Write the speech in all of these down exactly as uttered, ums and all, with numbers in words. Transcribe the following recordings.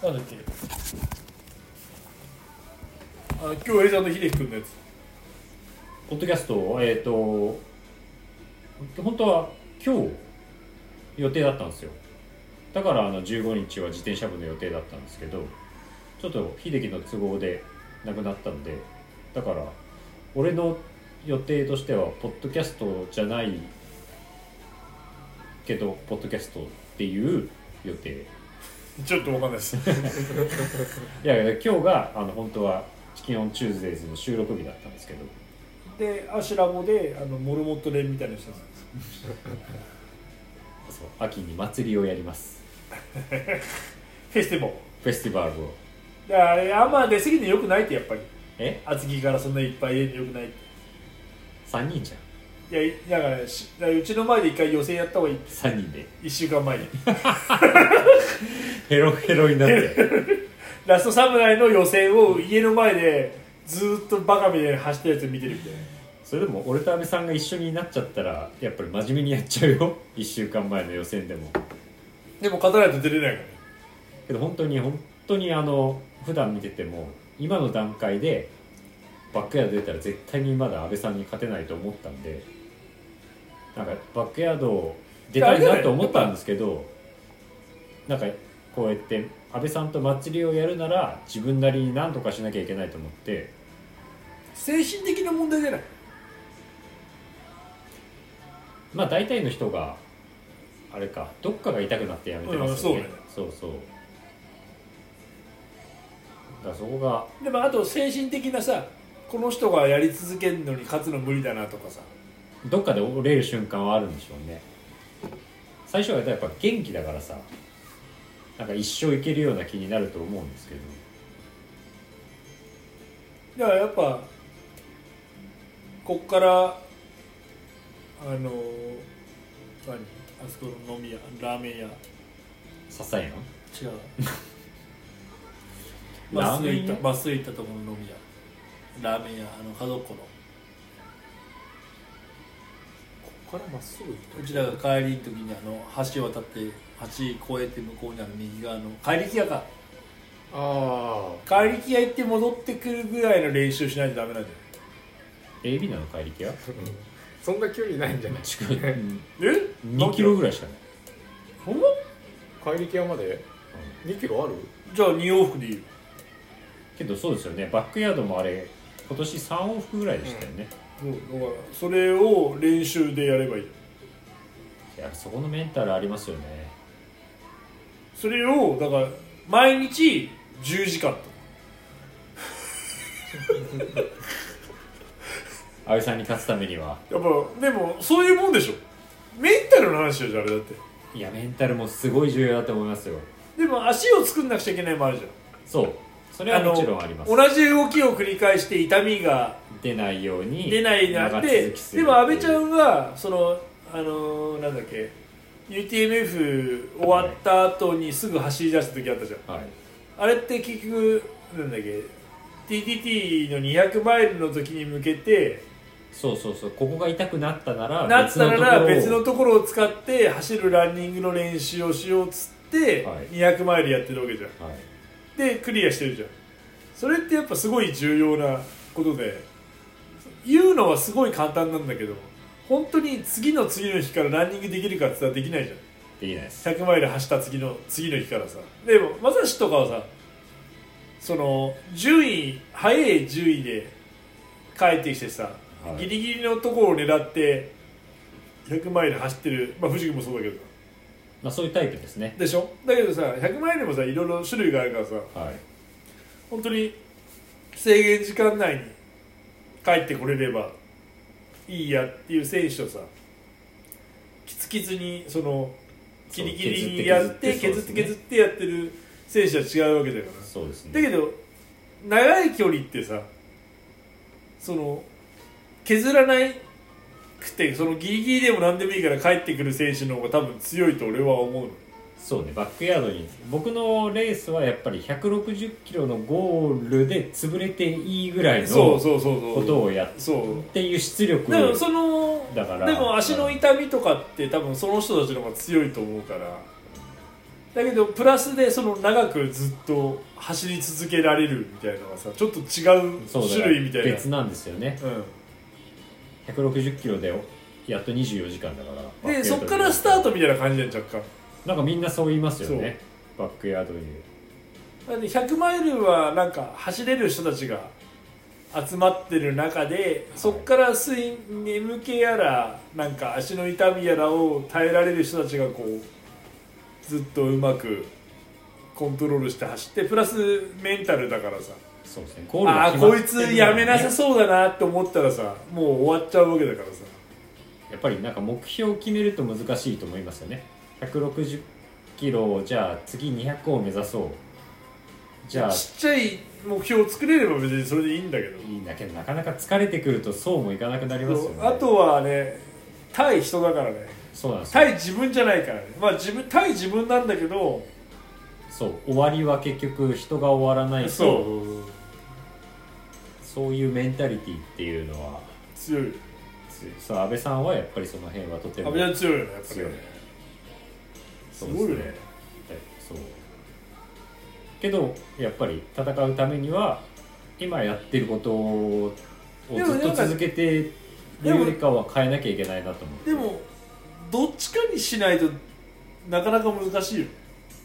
なんだっけ、あの京平さんと秀樹君のやつ、 ポッドキャスト、えっ、ー、と本当は今日予定だったんですよ。だからあのじゅうごにちは自転車部の予定だったんですけど、ちょっと秀樹の都合でなくなったんで、だから俺の予定としてはポッドキャストじゃないけどポッドキャストっていう予定。 ちょっとわかんないですいやいや今日があの本当はチキンオンチューズデイズの収録日だったんですけど、 でアシュラボであのモルモット連みたいな人なんですそう秋に祭りをやりますフェスティバルフェスティバルを。 だからあれあんま出過ぎてよくないって、やっぱりえ厚木からそんないっぱい入れてよくないって。 さんにんじゃん。 いやだからしだからうちの前で一回予選やった方がいいって。 さんにんでいっしゅうかんまえにヘロヘロになってラストサムライの予選を家の前でずっとバカみたいに走ったやつ見てるみたいな。 それでも俺と阿部さんが一緒になっちゃったらやっぱり真面目にやっちゃうよいっしゅうかんまえの予選でも。 でも勝たないと出れないからね。 けど本当に本当にあの普段見てても今の段階でバックヤード出たら絶対にまだ阿部さんに勝てないと思ったんで、なんかバックヤード出たいなと思ったんですけど、なんかこうやって阿部さんと祭りをやるなら自分なりに何とかしなきゃいけないと思って。 精神的な問題じゃない。 まあ大体の人があれかどっかが痛くなってやめてますよね、うん、そうね、そうそう。だからそこがでもあと精神的なさ、この人がやり続けるのに勝つの無理だなとかさ、 どっかで折れる瞬間はあるんでしょうね。最初はやっぱ元気だからさ、なんか一生いけるような気になると思うんですけど、 だからやっぱこっからあの何あそこの飲み屋ラーメン屋笹屋違うまっすぐ行ったまっすぐ行ったところの飲み屋ラーメン屋、あの角っこのここからまっすぐ行った。 うちらが帰りの時にあの橋を渡って橋越えて向こうにある右側の帰り木屋か、 ああ帰り木屋行って戻ってくるぐらいの練習しないとダメなんじゃないエービー なの帰り際そんな距離ないんじゃない。 近いえにキロぐらいしかない。 ほんま帰り際までにキロある。 じゃあに往復でいいよ。 けどそうですよね、バックヤードもあれ今年さん往復ぐらいでしたよね、 うん、だからそれを練習でやればいい。 いやそこのメンタルありますよね。 それをだから毎日じゅうじかんと阿部さんに勝つためにはやっぱでもそういうもんでしょ、メンタルの話よじゃああれだって。 いやメンタルもすごい重要だと思いますよ。 でも足を作んなくちゃいけないのもあるじゃん。 そうそれはもちろんあります。 同じ動きを繰り返して痛みが出ないように出ないなってでも阿部ちゃんはそのあのー、なんだっけ ユーティーエムエフ 終わった後にすぐ走り出した時あったじゃん、はい、あれって結局なんだっけ ティーティーティー のにひゃくマイルの時に向けてそうそうそうここが痛くなったならなったなら別のところを使って走るランニングの練習をしようっつってにひゃくマイルやってるわけじゃん、はい、でクリアしてるじゃん。それってやっぱすごい重要なことで言うのはすごい簡単なんだけど本当に次の次の日からランニングできるかって言ったらできないじゃん。 できないです。 ひゃくマイル走った次の次の日からさ。でもまさしとかはさその順位速い順位で帰ってきてさ、はい、ギリギリのところを狙ってひゃくマイル走ってる、まあ藤木もそうだけど、 まあ、そういうタイプですね。 でしょ。だけどさひゃくマイルもさいろいろ種類があるからさ、はい、本当に制限時間内に帰ってこれればいいやっていう選手とさキツキツにそのキリキリにやって削って削ってやってる選手は違うわけだから。 そうですね。 だけど長い距離ってさその削らないくてそのギリギリでも何でもいいから帰ってくる選手の方が多分強いと俺は思うの。 そうね、バックヤードに僕のレースはやっぱりひゃくろくじゅっキロのゴールで潰れていいぐらいのことをやっていう出力でもそのだからでも足の痛みとかって多分その人たちの方が強いと思うからだけどプラスでその長くずっと走り続けられるみたいなのがさちょっと違う種類みたいな別なんですよね、 うん、 ひゃくろくじゅっキロでやっとにじゅうよじかんだからでそっからスタートみたいな感じで若干なんかみんなそう言いますよねバックヤードになんでひゃくマイルはなんか走れる人たちが集まってる中でそっから睡眠気やらなんか足の痛みやらを耐えられる人たちがこうずっとうまくコントロールして走ってプラスメンタルだからさそうですねゴールああが決まってるこいつやめなさそうだなって思ったらさもう終わっちゃうわけだからさやっぱりなんか目標を決めると難しいと思いますよねひゃくろくじゅっキロをじゃあ次にひゃくを目指そうじゃあちっちゃい目標を作れれば別にそれでいいんだけどいいんだけどなかなか疲れてくるとそうもいかなくなりますよねあとはね対人だからねそうなんですよ対自分じゃないからねまあ自分対自分なんだけどそう終わりは結局人が終わらないとそうそういうメンタリティっていうのは強い強いそう安倍さんはやっぱりその辺はとても安倍は強いよねやっぱり強いねすそうですごいよねそうけどやっぱり戦うためには今やってることをずっと続けてるよりかは変えなきゃいけないなと思ってでもどっちかにしないとなかなか難しいよ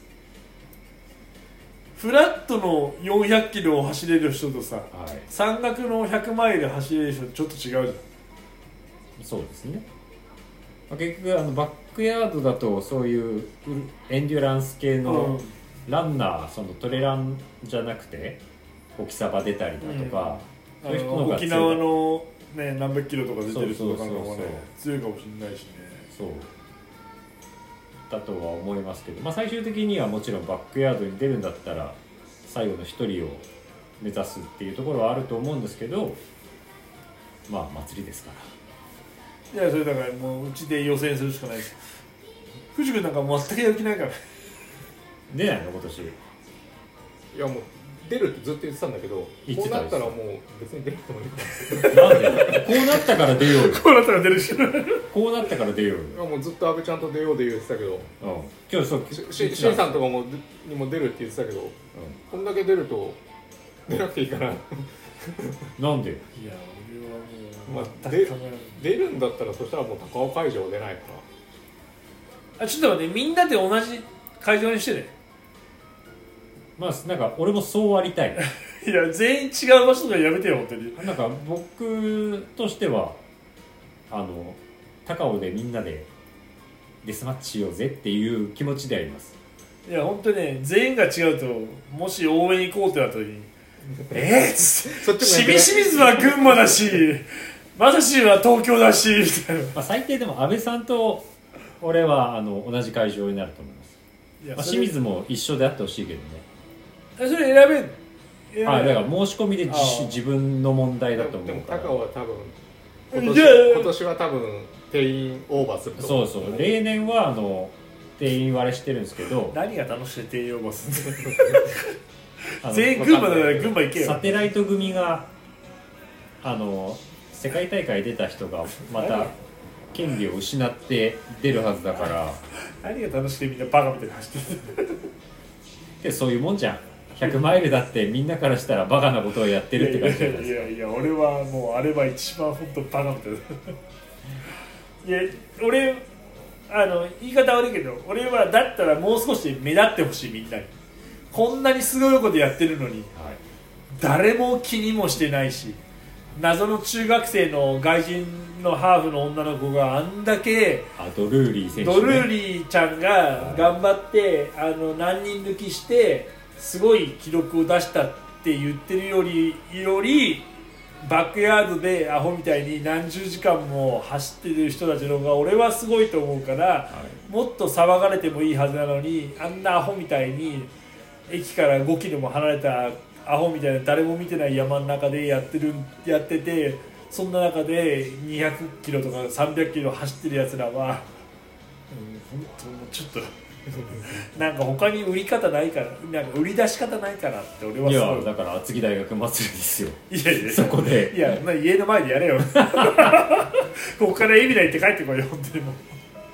フラットのよんひゃくキロを走れる人とさ、 はい、 山岳のひゃくマイル走れる人ちょっと違うじゃんそうですね、まあ、結局あのバックヤードだとそういうエンデュランス系のランナー、そのトレランじゃなくて沖サバ出たりだとか、 うん、 そういう人のが沖縄の、ね、何百キロとか出てる人とかの方がねそうそうそうそう強いかもしれないしねそうだとは思いますけど、まあ、最終的にはもちろんバックヤードに出るんだったら最後の一人を目指すっていうところはあると思うんですけどまあ祭りですからいやそれだからもううちで予選するしかないです藤君なんか全くやる気ないから出ないの今年いやもう出るってずっと言ってたんだけど言ってたこうなったらもう別に出なくてもいいかなんでこうなったから出ようよこうなったら出るしこうなったから出ようよ、 なもうずっと安倍ちゃんと出ようで言ってたけどうん、今日そうししんさんとかもにも出るって言ってたけど、うん、こんだけ出ると出なくていいからなんでいや俺はもうまあ全く考えない出るんだったらそしたらもう高尾会場出ないかあちょっと待ってみんなで同じ会場にしてねまあなんか俺もそうありたいいや全員違う場所とかやめてよ本当になんか僕としてはあの高尾でみんなでデスマッチしようぜっていう気持ちでありますいや本当にね全員が違うともし応援行こうってなった時にえっつってしびし水は群馬だしまさしは東京だしみたいな、 まあ、最低でも安倍さんと俺はあの同じ会場になると思いますいやまあ、清水も一緒であってほしいけどねそれ選べんの選べんあだから申し込みで自主自分の問題だとでも思うから高尾は多分今じゃあ年今年は多分定員オーバーするとそ思ううそう例年はあの定員割れしてるんですけど何が楽しくて定員オーバーするあの全員群馬だから群馬行けよサテライト組があの世界大会出た人がまた権利を失って出るはずだから何が楽しくてみんなバカみたいに走ってるでそういうもんじゃんひゃくマイルだってみんなからしたらバカなことをやってるって感じじゃないですかいやいやいや俺はもうあれは一番本当バカみたいないや俺あの言い方悪いけど俺はだったらもう少し目立ってほしいみんなにこんなにすごいことやってるのに、はい、誰も気にもしてないし謎の中学生の外人のハーフの女の子があんだけあドルーリー選手、ね、 ドルーリーちゃんが頑張って、はい、あの何人抜きしてすごい記録を出したって言ってるよりよりバックヤードでアホみたいに何十時間も走ってる人たちの方が俺はすごいと思うから、はい、もっと騒がれてもいいはずなのにあんなアホみたいに駅からごキロも離れたアホみたいな誰も見てない山の中でやってるやっててそんな中でにひゃくキロとかさんびゃくキロ走ってるやつらは、うん、本当もうちょっとなんか他に売り方ないからなんか売り出し方ないかなって俺はすごいいやだから厚木大学祭りですよいやいやそこでいや、まあ、家の前でやれよここから意味ないって帰ってこいよ本当にもう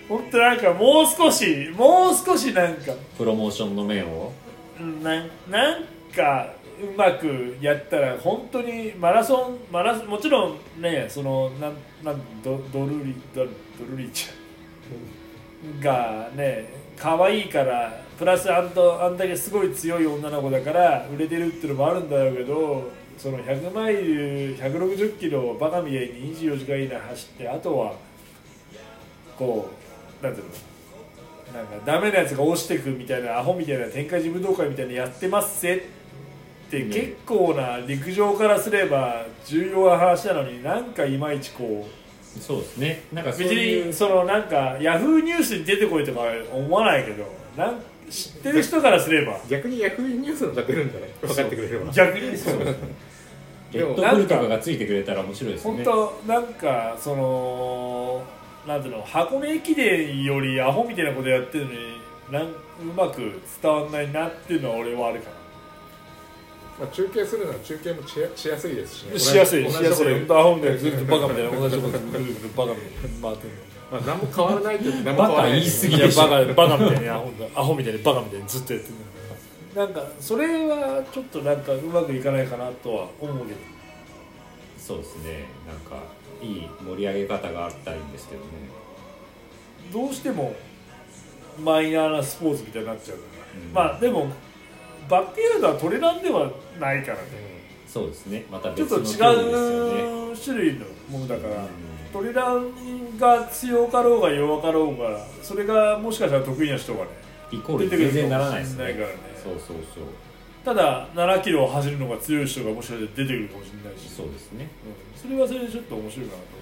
本当なんかもう少しもう少しなんかプロモーションの面をななんかうまくやったら本当にマラソンマラソンもちろんねそのなんなんドドルリドドルリちゃんがね可愛いからプラスあんとあんだけすごい強い女の子だから売れてるっていうのもあるんだろうけど、そのひゃくマイルひゃくろくじゅっキロをバカみたいににじゅうよじかん以内走って、あとはこうなんていうのなんかダメなやつが落ちてくみたいなアホみたいな天下事武道会みたいなやってますぜって結構な陸上からすれば重要な話なのに、なんかいまいちこうそうですね、なんか別にそのなんかヤフーニュースに出てこいとか思わないけど、なん知ってる人からすれば逆にヤフーニュースのが出るんじゃない分かってくれれば。 逆にそうレッドブルとかがついてくれたら面白いですね。 本当なんかそのなんていうの箱根駅伝よりアホみたいなことやってるのになんうまく伝わんないなっていうのは俺はあるかな。 まあ、中継するのは中継もし や, しやすいですしね。 しやすいしやすい。 同じとこアホみたいなずっとバカみたいな同じところでぐるぐるバカみたいな回ってるの。 まあ何も変わらないって何もバカ変わらない。 言い過ぎでしょ。 バカバカみたいにアホアホみたいにバカみたいにずっとやってるの。なんかそれはちょっとなんかうまくいかないかなとは思うけど。 そうですね、なんかいい盛り上げ方があったらいいんですけどね。 どうしてもマイナーなスポーツみたいになっちゃうから、うん、まあでもバックヤードはトレランではないからね、 うん、そうですね、またちょっと違別の競技ですよね。 う種類のものだから、 うん、 トレランが強かろうが弱かろうがそれがもしかしたら得意な人がねイコール全然ならないですね。 出てくるかもしれないからね。 そうそうそう。 ただななキロを走るのが強い人がもしかして出てくるかもしれないし、 そうですね、 うん、それはそれでちょっと面白いかなと。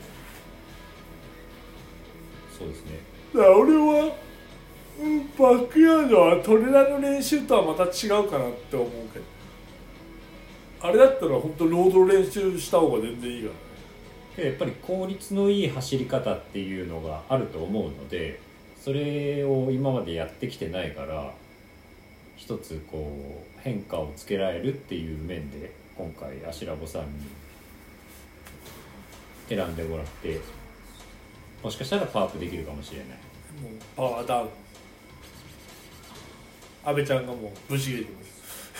そうですね。 だから俺は、うん、バックヤードはトレランの練習とはまた違うかなって思うけど、あれだったら本当ロード練習した方が全然いいからね。 やっぱり効率のいい走り方っていうのがあると思うので、それを今までやってきてないから一つこう変化をつけられるっていう面で今回アシラボさんに選んでもらって、もしかしたらパワーアップできるかもしれない。 もうパワーダウン。安倍ちゃんがもうブチ切れてます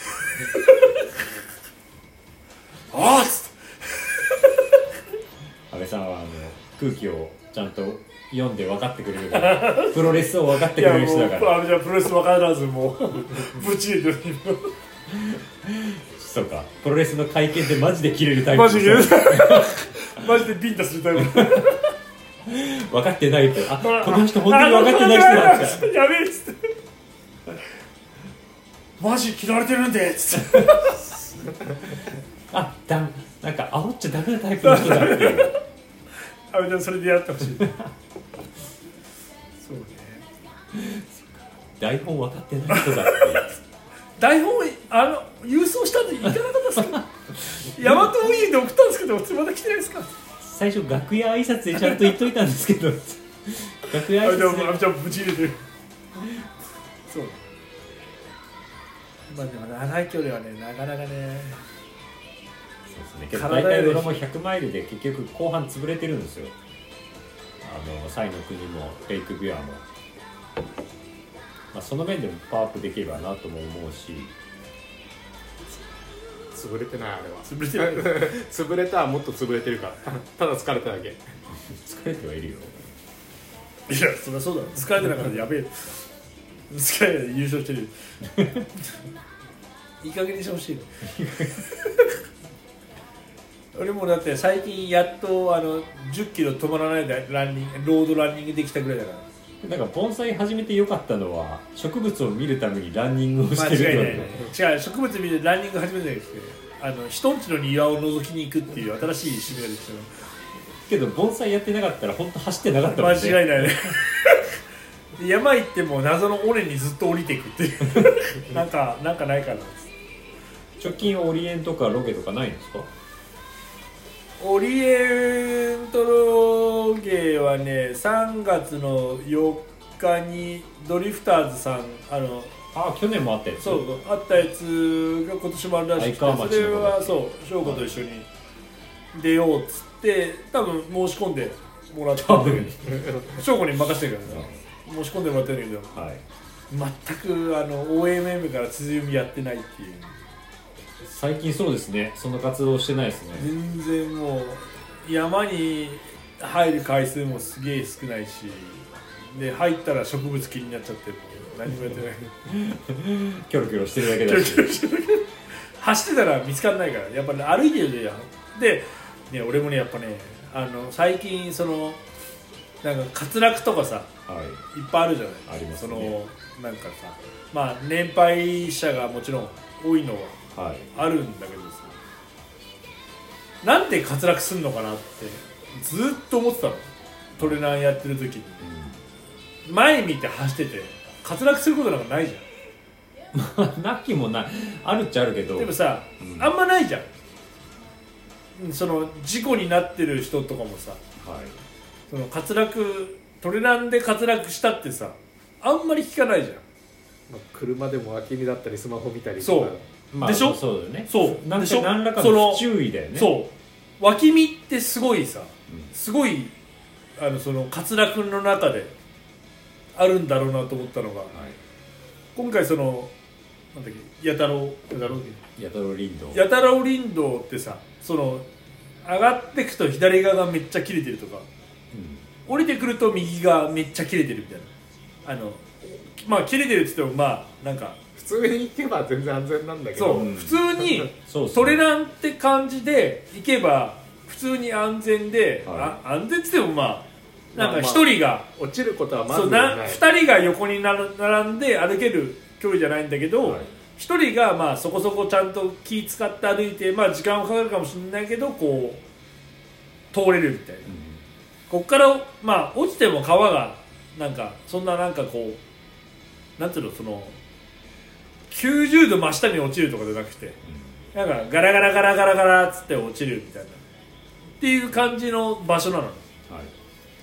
あーっつって安倍さんはあの空気をちゃんと読んで分かってくれるからプロレスを分かってくれる人だから。 いやもう安倍ちゃんプロレス分からずもうブチ切れてるそうか、プロレスの会見でマジで切れるタイプ。 マジでマジでビンタするタイプ分かってないって、あ、この人本当に分かってない人だってやべえっつってマジ切られてるんでっつってあ、だなんか煽っちゃダメなタイプの人だっていうあべちゃんそれでやってほしいそうね。 台本分かってない人だって台本あの郵送したんでいかなかったですかヤマト運輸で送ったんですけどまだ来てないですか。 最初楽屋挨拶でちゃんと言っといたんですけど楽屋挨拶であべちゃんぶち入れてるそうまあでも長い距離はねなかなかね。 そうですね、けど大体俺もひゃくマイルで結局後半潰れてるんですよ。あのサイの国もフェイクビュアも、まあ、その面でもパワーアップできればなとも思うし。 潰れてないあれは。 潰れてない潰れたはもっと潰れてるからただ疲れただけ。 疲れてはいるよ。 いやそりゃそうだ疲れてなかったらやべえ疲れて優勝してるいい加減にしてほしい俺もだって最近やっとあのじゅっキロ止まらないでランニングロードランニングできたぐらいだから。 なんか盆栽始めてよかったのは植物を見るためにランニングをしてる間違いない、ね、違う植物見てランニング始めてないですけど、あの人んちの庭を覗きに行くっていう新しい趣味ができたけど盆栽やってなかったら本当走ってなかったもんね。 間違いないね山行っても謎の尾根にずっと降りていくっていうなんかなんかないかな。 直近オリエンとかロケとかないんですか。 オリエントロゲはねさんがつのよっかにドリフターズさんあのあ去年もあったやつ。 そうあったやつが今年もあるらしくて、それはそう翔子と一緒に出ようっつって多分申し込んでもらったんだけど翔子に任せてるからさ申し込んでもらってるんだけど、はい、全くあの オーエムエム から辻読みやってないっていう。 最近そうですね、その活動してないですね。 全然もう山に入る回数もすげえ少ないし、で入ったら植物気になっちゃってもう何もやってないキョロキョロしてるだけだし走ってたら見つからないから、やっぱり、ね、歩いてるでで、ね、俺もねやっぱねあの最近そのなんか滑落とかさ、はい、いっぱいあるじゃない。 ありますね。 そのなんかさ、まあ年配者がもちろん多いのはあるんだけどさ、はい、なんで滑落すんのかなってずっと思ってたの、トレランやってる時に、うん、前見て走ってて滑落することなんかないじゃんなきもないあるっちゃあるけど、 でもさ、うん、あんまないじゃん。その事故になってる人とかもさ、はい、その滑落トレランで滑落したってさあんまり聞かないじゃん、 まあ、車でも脇見だったりスマホ見たりとか。 そう、まあ、でしょ。 そうだよね。 そうなんか何らかの不注意だよね。 そう脇見ってすごいさ、うん、すごいあのその滑落の中であるんだろうなと思ったのが、はい、今回そのなんだっけ八太郎八太郎八太郎林道八太郎林道ってさ、その上がってくと左側がめっちゃ切れてるとか、うん、降りてくると右がめっちゃ切れてるみたいな、あのまあ切れてるって言ってもまあなんか普通に行けば全然安全なんだけど、 そう、うん、普通にトレランって感じで行けば普通に安全で、はい、あ安全って言ってもまあなんか一人が、まあまあ、 落ちることはまずない。 ふたりが横に並んで歩ける距離じゃないんだけど、はい、ひとりがまあそこそこちゃんと気使って歩いて、まあ、時間はかかるかもしれないけどこう通れるみたいな、うん、こっからまあ落ちても川がなんかそんななんかこうなんていうのそのきゅうじゅうど真下に落ちるとかじゃなくて、うん、なんかガラガラガラガラガラっつって落ちるみたいなっていう感じの場所なの、はい、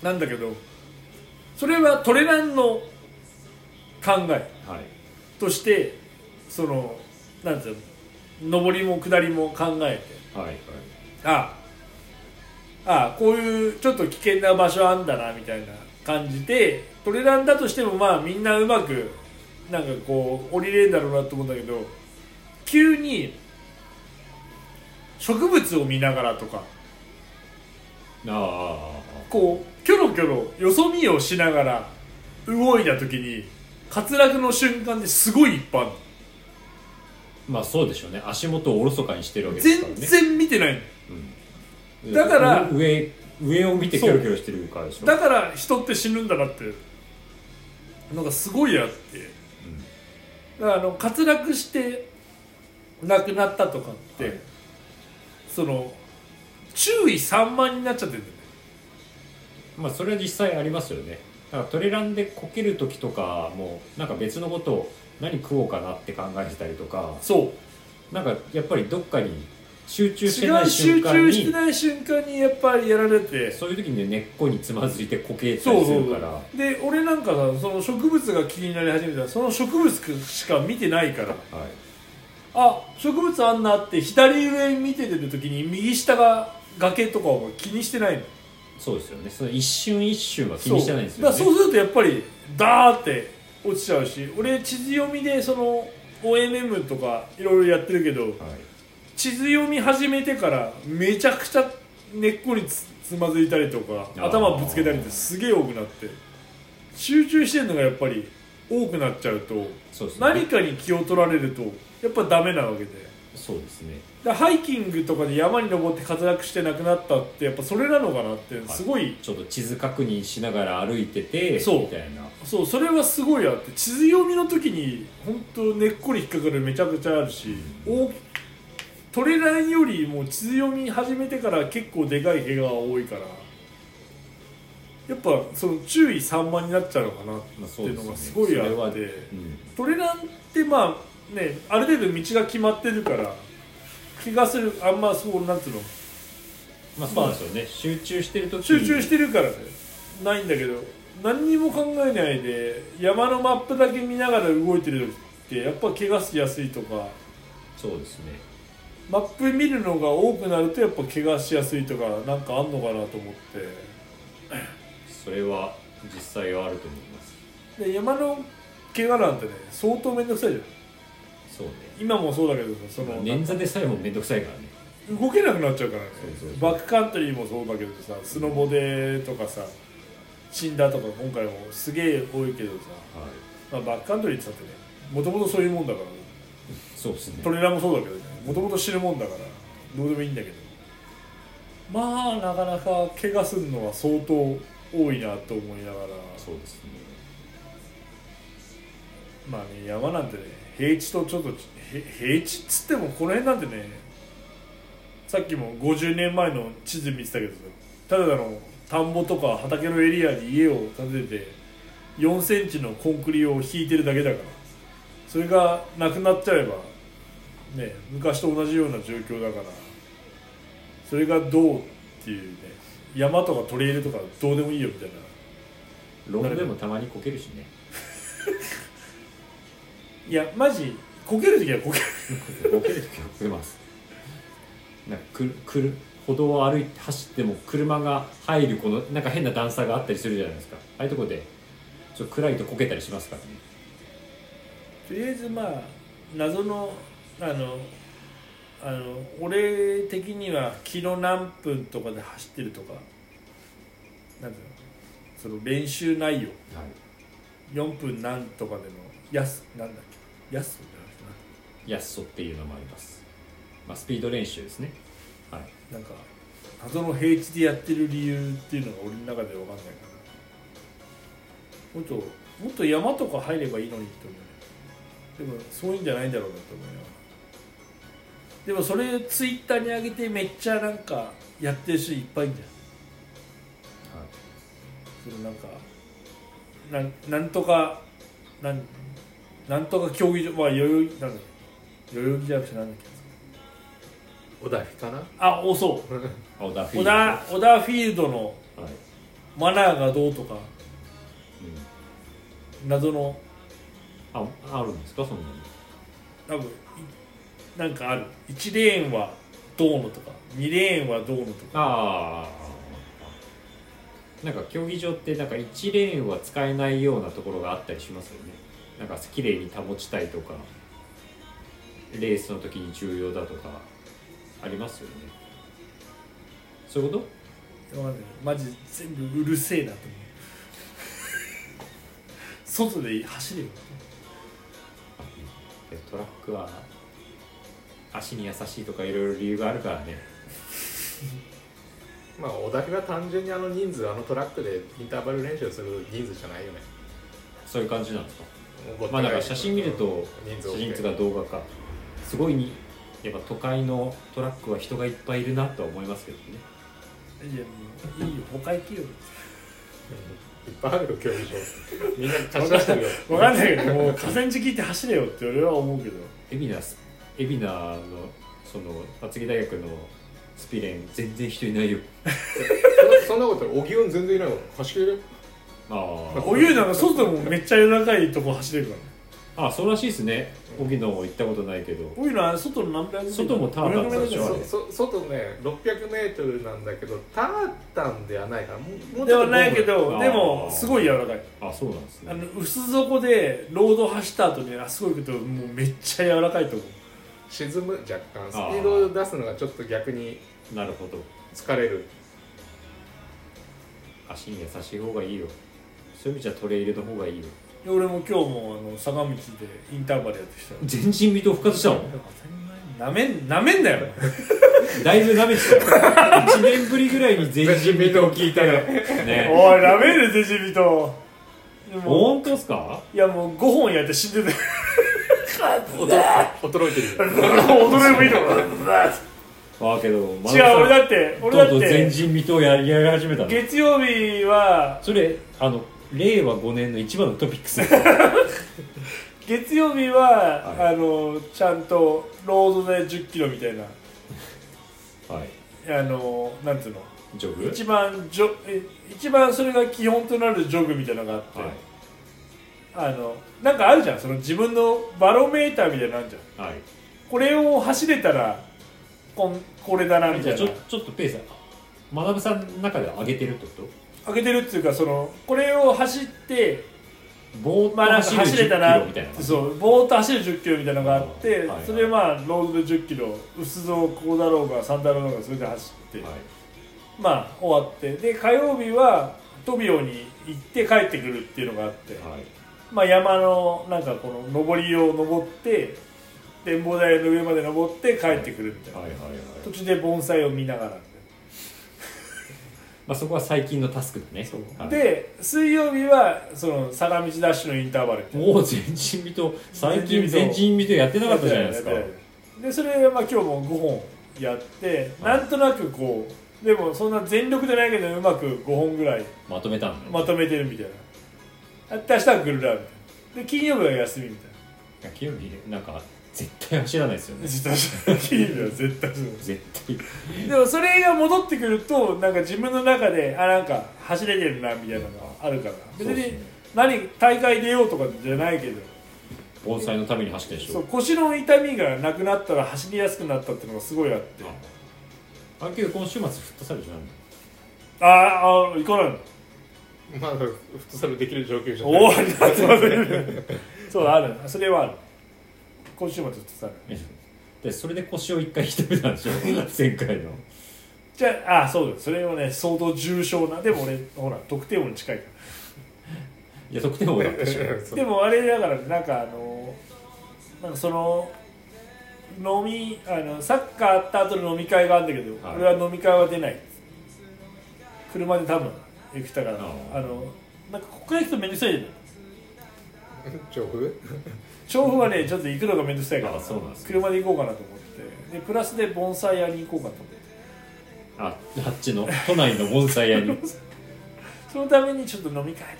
なんだけどそれはトレランの考えとして、はい、そのなんていうの上りも下りも考えて、はいはい、ああこういうちょっと危険な場所あんだなみたいな感じでトレランだとしてもまあみんなうまくなんかこう降りれるんだろうなと思うんだけど、急に植物を見ながらとかあこうキョロキョロよそ見をしながら動いた時に滑落の瞬間ですごいいっぱいある。 まあそうでしょうね。足元をおろそかにしてるわけですからね。 全然見てないの、うん、だから上上を見てキョロキョロしてるからでしょ。 だから人って死ぬんだなってなんかすごいあって、うん、だからあの滑落して亡くなったとかって、はい、その注意散漫になっちゃってるんだよね。 まあそれは実際ありますよね。だからトレランでこける時とかもなんか別のことを何食おうかなって考えてたりとか、 そうなんかやっぱりどっかに集中してない瞬間に集中してない瞬間にやっぱりやられて、 そういう時に、ね、根っこにつまずいてこけたりするから。 そうそうで俺なんかさその植物が気になり始めたらその植物しか見てないから、はい、あ植物あんなって左上見てる時に右下が崖とかを気にしてないの。 そうですよね。その一瞬一瞬は気にしてないんですよね。 そう、だからそうするとやっぱりダーって落ちちゃうし、俺地図読みでその オーエムエム とかいろいろやってるけど、はい、地図読み始めてからめちゃくちゃ根っこに つ, つまずいたりとか頭ぶつけたりってすげえ多くなって集中してるのがやっぱり多くなっちゃうと、そうですね、何かに気を取られるとやっぱダメなわけで。 そうですね。 だハイキングとかで山に登って滑落して亡くなったってやっぱそれなのかなってすごい、はい、 ちょっと地図確認しながら歩いててそうみたいな。 そうそれはすごいあって、地図読みの時に本当根っこに引っかかるめちゃくちゃあるし、うん、トレランよりも地図読み始めてから結構でかい怪我が多いからやっぱその注意散漫になっちゃうのかなっていうのがすごいあって、まあねうん、トレランってまあねある程度道が決まってるから怪我するあんまそうなんていうのまあそうですよね、まあ、集中してる時集中してるからねないんだけど何にも考えないで山のマップだけ見ながら動いてる時ってやっぱ怪我しやすいとか。 そうですね。 マップ見るのが多くなるとやっぱ怪我しやすいとかなんかあんのかなと思ってそれは実際はあると思います。 で山の怪我なんてね相当面倒くさいじゃん。 そうね、 今もそうだけどさ、その捻挫でさえも面倒くさいからね。 動けなくなっちゃうからね。 そうそうそう、 バックカントリーもそうだけどさ、スノボでとかさ死んだとか今回もすげえ多いけどさ、はい、まあ、バックカントリーって言ったってねもともとそういうもんだから、 そうですね、 トレーラーもそうだけどね、もともと死ぬもんだからどうでもいいんだけど、まあなかなか怪我するのは相当多いなと思いながら。 そうですね、 まあね、山なんてね平地とちょっと平地っつってもこの辺なんてね、さっきもごじゅうねんまえの地図見てたけどさ、ただの田んぼとか畑のエリアに家を建ててよんセンチのコンクリを引いてるだけだから、それがなくなっちゃえばね昔と同じような状況だから、それがどうっていうね、山とかトレイルとかどうでもいいよみたいな。 ロングでもたまにこけるしね。 いやマジこけるときはこけるこけるときはこけます。なんかくるくる歩道を歩いて走っても車が入るこのなんか変な段差があったりするじゃないですか。ああいうとこでちょっと暗いとこけたりしますからね。 とりあえずまあ謎のあのあの俺的にはキロ何分とかで走ってるとか、なんていうの、その練習内容、はい、よんぷん何とかでのやすなんだっけやすそやっそっていうのもあります。まあ、スピード練習ですね。はい。 なんか謎の平地でやってる理由っていうのが俺の中で分かんないから、もっともっと山とか入ればいいのにって思う。でもそういうんじゃないんだろうなと思いながら。でもそれツイッターに上げてめっちゃなんかやってる人いっぱいいるじゃん。はい。そのなんかなんなんとかなんなんとか競技場、まあ代々木なんだっけ、代々木じゃなくてなんだっけ。 小田かな。 あ、おそう小田フィールド。 小田小田フィールドのマナーがどうとか、はい、うん、謎のああるんですか、そんなに。 多分なんかある。いちレーンはどうのとかにレーンはどうのとか。 ああ、なんか競技場ってなんかいちレーンは使えないようなところがあったりしますよね。なんか綺麗に保ちたいとかレースの時に重要だとかありますよね。そういうこと？ マジ全部うるせえなと思う。外で走れよ。 トラックは足に優しいとかいろいろ理由があるからね。 まあ小田は単純にあの人数、あのトラックでインターバル練習する人数じゃないよね。そういう感じなんですか。まあだから写真見ると写真とか動画かすごいにやっぱ都会のトラックは人がいっぱいいるなとは思いますけどね。 いやもういいよ、他行けよ。 いっぱいあるよ競技場。みんな貸し出してるよ。 分かんないけど、もう河川敷行って走れよって俺は思うけど。 海老名海老名のその厚木大学のスピレン全然人いないよ。 そんなこと荻生全然いないもん。走れる。 ああ。 荻生なんか外もめっちゃ柔らかいとこ走れるからね。 ああ、そうらしいですね。荻野も行ったことないけど。 荻野は外の何百メートル。 外もタータンでしょ。 そ外ねろっぴゃくメートルなんだけどタータンではないから。もうではないけどでもすごい柔らかい。 あ、そうなんですね。 あの薄底でロード走った後にあそこ行くともうめっちゃ柔らかいと思う。 沈む若干スピードを出すのがちょっと逆になるほど疲れる。 足に優しい方がいいよ。そういう意味じゃトレイルの方がいいよ。 俺も今日もあの坂道でインターバルやってきた。 全身未踏復活したの？ なめんなめんなよ。 だいぶなめてたよ。いちねんぶりぐらいに全身未踏聞いたよ。ね。 おいなめる全身未踏。 本当ですか？ いやもうごほんやって死んでて。 衰えてる。 衰えもいいのか。 ああけど。 違う俺だって俺だって。 全身未踏やり始めたの。 月曜日はそれあの。れいわごねんの一番のトピックス。 月曜日は、はい、あのちゃんとロードでじゅっキロみたいな、はい、あのなんていうのジョグ一番ジョえ一番それが基本となるジョグみたいなのがあって、はい、あのなんかあるじゃん、その自分のバロメーターみたいなのあるじゃん、はい、これを走れたらこんこれだなみたいな。 ちょちょっとペース学さんの中で上げてるってこと？ 上げてるっていうかそのこれを走ってボーッと走るじゅっキロみたいな、 そうボーッと走るじゅっキロみたいなのがあって、はいはい、それまあロードでじゅっキロ薄蔵こうだろうがさんだろうがそれで走って、はい、まあ終わってで火曜日はトビオに行って帰ってくるっていうのがあって、はい、まあ山のなんかこの上りを登って展望台の上まで登って帰ってくるみたいな、はいはいはいはい、途中で盆栽を見ながらまあそこは最近のタスクだね。 はい、で水曜日はその坂道ダッシュのインターバルもう前人未到最近前人未到やってなかったじゃないですか。 でそれまあ今日もごほんやって、はい、なんとなくこうでもそんな全力じゃないけどうまくごほんぐらいまとめたんだ、ね、 まとめてるみたいな。明日はグルラーみたいなで金曜日は休みみたいな。 金曜日なんか絶対走らないですよね。 絶対走らない。金曜日は絶対走らない。 絶対でもそれが戻ってくるとなんか自分の中であなんか走れてるなみたいなのがあるから別に何大会出ようとかじゃないけど盆栽のために走ってるでしょ。 そう腰の痛みがなくなったら走りやすくなったっていうのがすごいあってあれけど今週末フットサルじゃないのああ行かないのまだフットサルできる状況じゃない。 おおありがとうございますそうあるそれはある今週末フットサルでそれで腰を一回痛めたんでしょ前回のじゃああそうですそれをね相当重症なでも俺ほら得点王に近いからいや得点王だったでしょでもあれだからなんかあのなんかその飲みあのサッカーあった後の飲み会があるんだけど、はい、俺は飲み会は出ない車で多分行きたからあのなんかここへ行くとめんどくさいじゃん調布調布はねちょっと行くのがめんどくさいからそうなんです、ね、 車で行こうかなと思ってでプラスで盆栽屋に行こうかと思ってああっちの都内の盆栽屋にそのためにちょっと飲み会ちょっと行けない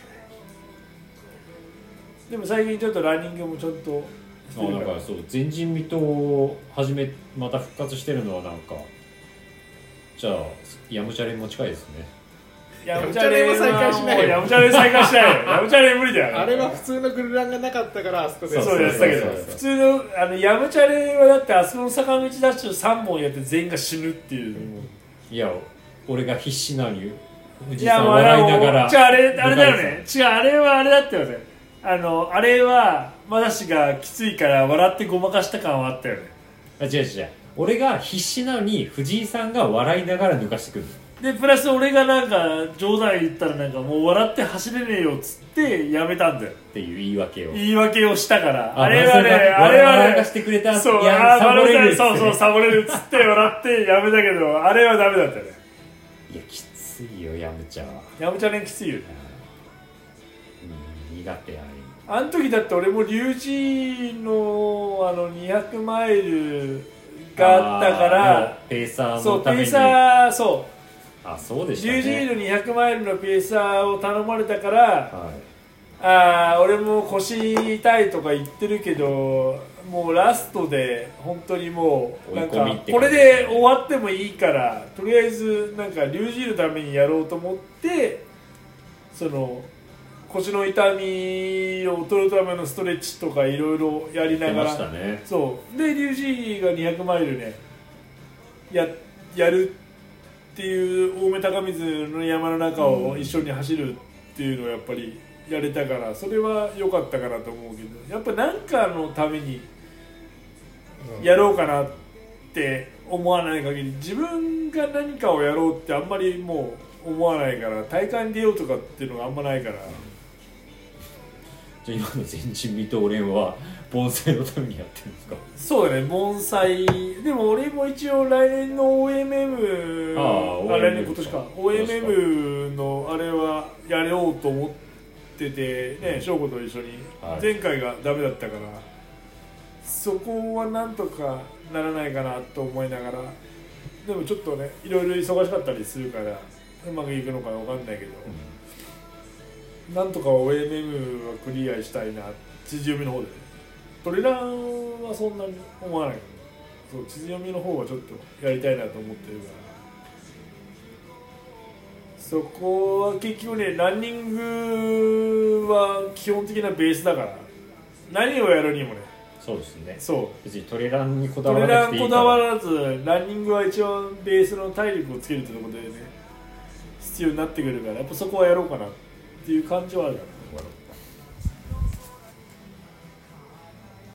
でも最近ちょっとランニングもちょっとあなんかそう前人未到を始めまた復活してるのはなんかじゃあヤムチャレも近いですね。 ヤムチャレは再開しないよ。ヤムチャレ再開しないよ。ヤムチャレ無理だよ。 あれは普通のグルランがなかったからあそこでそうやったけど普通のあのヤムチャレはだってあそこの坂道ダッシュさんぼんやって全員が死ぬっていう、うん、 いや俺が必死なのに藤井さん笑いながらじゃああれあれだよね違うあれはあれだったよねあのあれはまだしがきついから笑ってごまかした感はあったよね。 あ違う違う俺が必死なのに藤井さんが笑いながら抜かしてくるでプラス俺がなんか冗談言ったらなんかもう笑って走れねえよっつってやめたんだよっていう言い訳を言い訳をしたからあれはねあれはね笑かしてくれたそうあサボれるそうそうサボれるっつって笑ってやめたけどあれはダメだったね。 いやきついよヤムチャはヤムチャねきついよね、 うん、苦手あれあの時だって俺も龍神のあのにひゃくマイルがあったからペーサーのためにそうペーサーそうあそうでしたね龍神のにひゃくマイルのペーサーを頼まれたから、 はい、 あ俺も腰痛いとか言ってるけどもうラストで本当にもうなんかこれで終わってもいいからとりあえずなんか龍神のためにやろうと思ってその腰の痛みを取るためのストレッチとかいろいろやりながら、 ね、 そうで龍神がにひゃくマイルね や, やるっていう青梅高水の山の中を一緒に走るっていうのをやっぱりやれたからそれは良かったかなと思うけどやっぱ何かのためにやろうかなって思わない限り自分が何かをやろうってあんまりもう思わないから大会に出ようとかっていうのがあんまないから。 じゃあ今の前人未到連は盆栽のためにやってるんですか。 そうだね盆栽でも俺も一応来年の オーエムエム ああ来年今年か オーエムエム のあれはやろうと思っててね翔子と一緒に前回がダメだったから、はい、そこはなんとかならないかなと思いながらでもちょっとねいろいろ忙しかったりするからうまくいくのかわかんないけど、うん、なんとか オーエムエム はクリアしたいな地図読みの方でトレランはそんなに思わないからそう地図読みの方はちょっとやりたいなと思ってるからそこは結局ねランニングは基本的なベースだから何をやるにもねそうですねそう別にトレランにこだわらなくていいからトレランこだわらずランニングは一応ベースの体力をつけるってところでね必必要になってくるからやっぱそこはやろうかなっていう感じはあるかな。